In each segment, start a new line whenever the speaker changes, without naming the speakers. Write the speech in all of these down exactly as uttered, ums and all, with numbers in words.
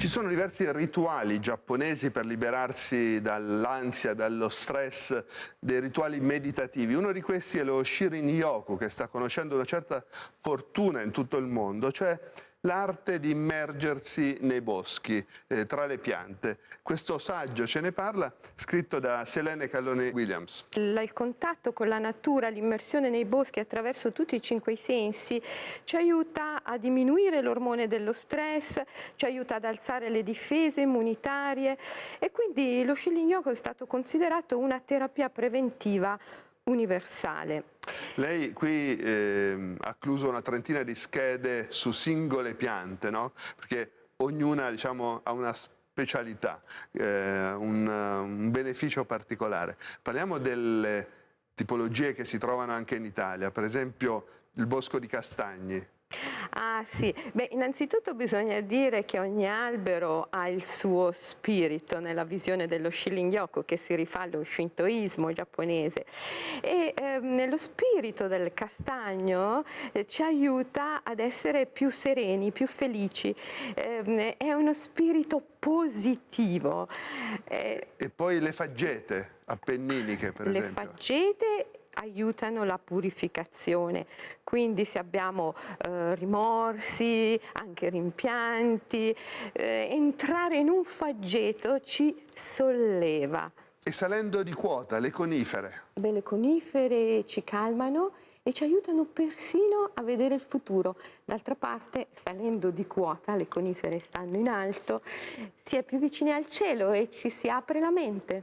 Ci sono diversi rituali giapponesi per liberarsi dall'ansia, dallo stress, dei rituali meditativi. Uno di questi è lo Shirin-yoku, che sta conoscendo una certa fortuna in tutto il mondo, cioè l'arte di immergersi nei boschi, eh, tra le piante. Questo saggio ce ne parla, scritto da Selene Calloni Williams.
Il contatto con la natura, l'immersione nei boschi attraverso tutti i cinque sensi ci aiuta a diminuire l'ormone dello stress, ci aiuta ad alzare le difese immunitarie e quindi lo Shirin-yoku è stato considerato una terapia preventiva universale.
Lei qui eh, ha incluso una trentina di schede su singole piante, no? Perché ognuna, diciamo, ha una specialità, eh, un, un beneficio particolare. Parliamo delle tipologie che si trovano anche in Italia, per esempio il bosco di castagni.
Ah sì, beh, innanzitutto bisogna dire che ogni albero ha il suo spirito nella visione dello Shirin-yoku, che si rifà allo shintoismo giapponese, e eh, nello spirito del castagno eh, ci aiuta ad essere più sereni, più felici, eh, è uno spirito positivo.
Eh, e poi le faggete appenniniche, per
le
esempio.
Le faggete aiutano la purificazione, quindi se abbiamo eh, rimorsi, anche rimpianti, eh, entrare in un faggeto ci solleva.
E salendo di quota, le conifere?
Beh, le conifere ci calmano e ci aiutano persino a vedere il futuro. D'altra parte, salendo di quota, le conifere stanno in alto, si è più vicini al cielo e ci si apre la mente.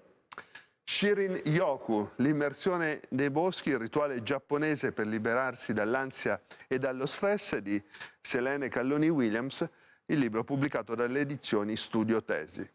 Shirin-yoku, l'immersione nei boschi, il rituale giapponese per liberarsi dall'ansia e dallo stress, di Selene Calloni Williams, il libro pubblicato dalle edizioni Studio Tesi.